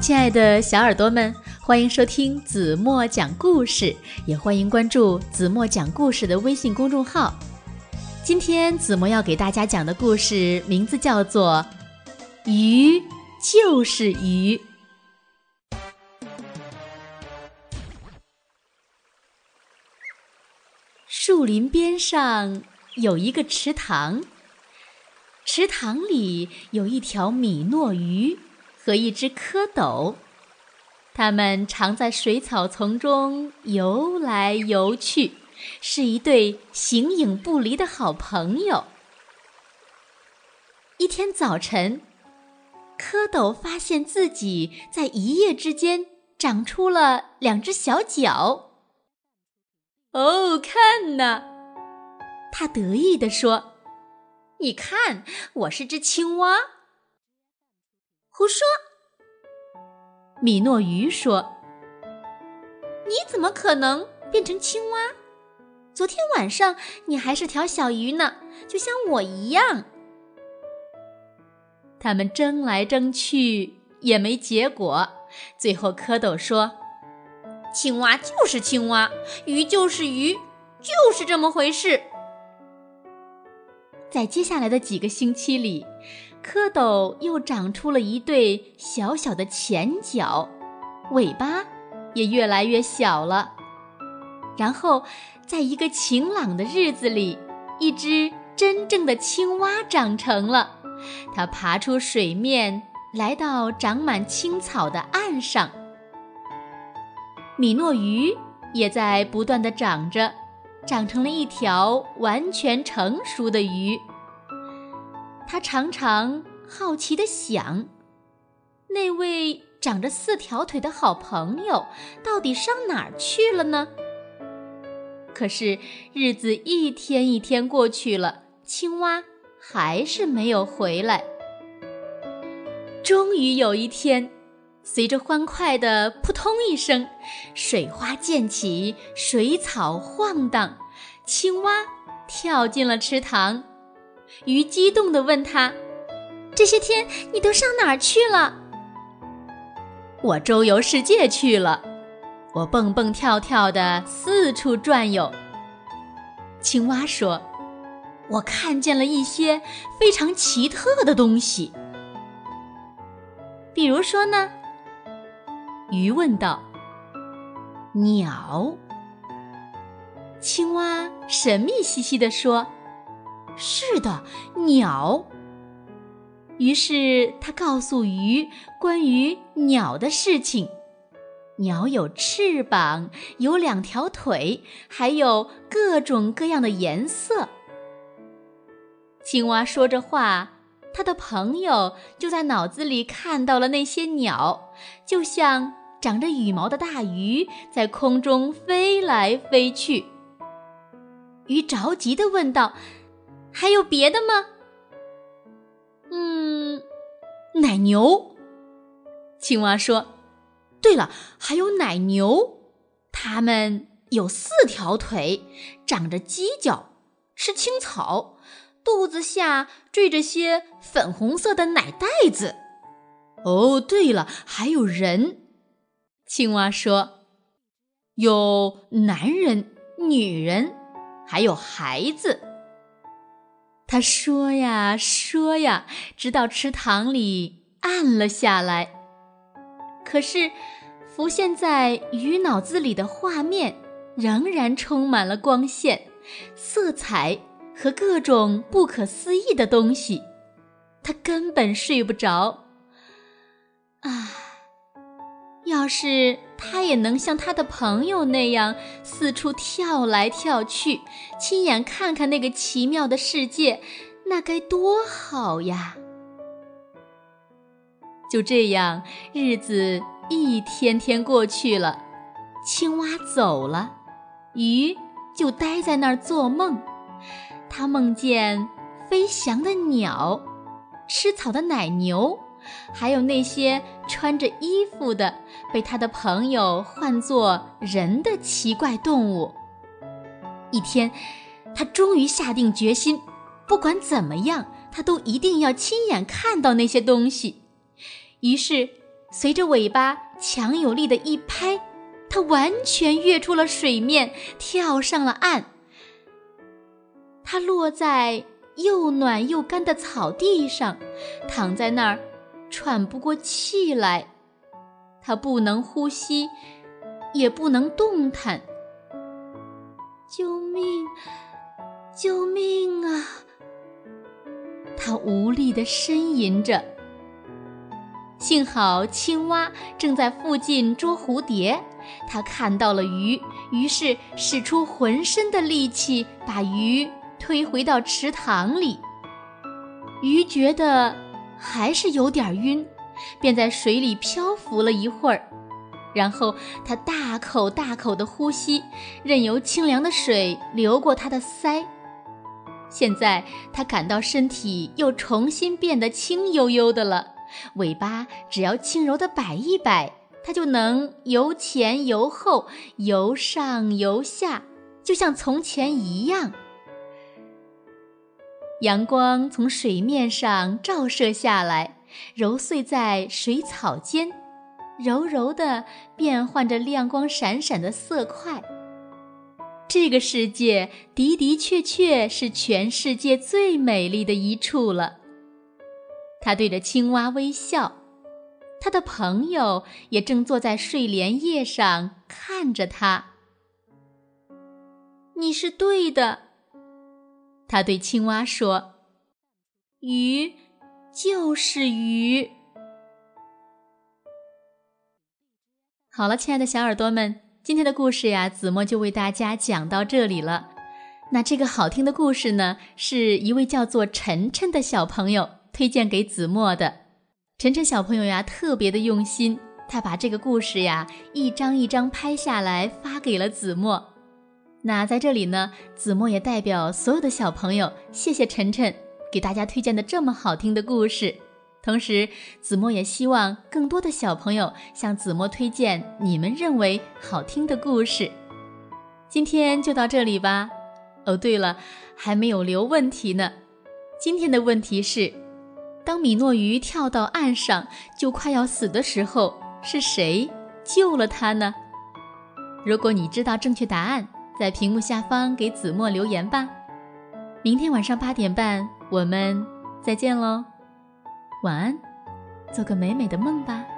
亲爱的小耳朵们，欢迎收听子墨讲故事，也欢迎关注子墨讲故事的微信公众号。今天子墨要给大家讲的故事名字叫做鱼就是鱼。树林边上有一个池塘，池塘里有一条米诺鱼和一只蝌蚪，它们常在水草丛中游来游去，是一对形影不离的好朋友。一天早晨，蝌蚪发现自己在一夜之间长出了2只小脚。哦，看哪！他得意地说：“你看，我是只青蛙。”胡说！米诺鱼说：“你怎么可能变成青蛙？昨天晚上你还是条小鱼呢，就像我一样。”他们争来争去也没结果，最后蝌蚪说：“青蛙就是青蛙，鱼就是鱼，就是这么回事。”在接下来的几个星期里，蝌蚪又长出了一对小小的前脚，尾巴也越来越小了。然后在一个晴朗的日子里，一只真正的青蛙长成了，它爬出水面，来到长满青草的岸上。米诺鱼也在不断地长着，长成了一条完全成熟的鱼。他常常好奇地想，那位长着4条腿的好朋友到底上哪儿去了呢？可是日子一天一天过去了，青蛙还是没有回来。终于有一天，随着欢快的扑通一声，水花溅起，水草晃荡，青蛙跳进了池塘。鱼激动地问他：“这些天你都上哪儿去了？”“我周游世界去了，我蹦蹦跳跳地四处转悠。”青蛙说：“我看见了一些非常奇特的东西。”“比如说呢？”鱼问道。“鸟。”青蛙神秘兮兮地说：“是的，鸟。”于是他告诉鱼关于鸟的事情。鸟有翅膀，有2条腿，还有各种各样的颜色。青蛙说着话，他的朋友就在脑子里看到了那些鸟，就像长着羽毛的大鱼在空中飞来飞去。鱼着急地问道：“还有别的吗？”“奶牛。”青蛙说。“对了，还有奶牛，它们有4条腿，长着犄角，吃青草，肚子下缀着些粉红色的奶袋子。”“哦，对了，还有人。”青蛙说。“有男人、女人，还有孩子。”他说呀说呀，直到池塘里暗了下来。可是浮现在鱼脑子里的画面仍然充满了光线、色彩和各种不可思议的东西，他根本睡不着。要是他也能像他的朋友那样四处跳来跳去，亲眼看看那个奇妙的世界，那该多好呀！就这样，日子一天天过去了，青蛙走了，鱼就待在那儿做梦。他梦见飞翔的鸟，吃草的奶牛，还有那些穿着衣服的被他的朋友唤作人的奇怪动物。一天，他终于下定决心，不管怎么样，他都一定要亲眼看到那些东西。于是随着尾巴强有力的一拍，它完全跃出了水面，跳上了岸。它落在又暖又干的草地上，躺在那儿喘不过气来。它不能呼吸，也不能动弹。救命！救命啊！它无力地呻吟着。幸好青蛙正在附近捉蝴蝶，它看到了鱼，于是使出浑身的力气把鱼推回到池塘里。鱼觉得还是有点晕，便在水里漂浮了一会儿，然后它大口大口地呼吸，任由清凉的水流过它的腮。现在它感到身体又重新变得轻悠悠的了，尾巴只要轻柔地摆一摆，它就能由前由后，由上由下，就像从前一样。阳光从水面上照射下来，揉碎在水草间，柔柔地变换着亮光闪闪的色块。这个世界的的确确是全世界最美丽的一处了。他对着青蛙微笑，他的朋友也正坐在睡莲叶上看着他。你是对的，他对青蛙说，鱼就是鱼。好了，亲爱的小耳朵们，今天的故事呀，子墨就为大家讲到这里了。那这个好听的故事呢，是一位叫做晨晨的小朋友推荐给子墨的。晨晨小朋友呀，特别的用心，他把这个故事呀，一张一张拍下来发给了子墨。那在这里呢，子墨也代表所有的小朋友，谢谢晨晨给大家推荐的这么好听的故事。同时，子墨也希望更多的小朋友向子墨推荐你们认为好听的故事。今天就到这里吧。哦，对了，还没有留问题呢。今天的问题是，当米诺鱼跳到岸上就快要死的时候，是谁救了它呢？如果你知道正确答案，在屏幕下方给子墨留言吧。明天晚上8点半，我们再见喽。晚安，做个美美的梦吧。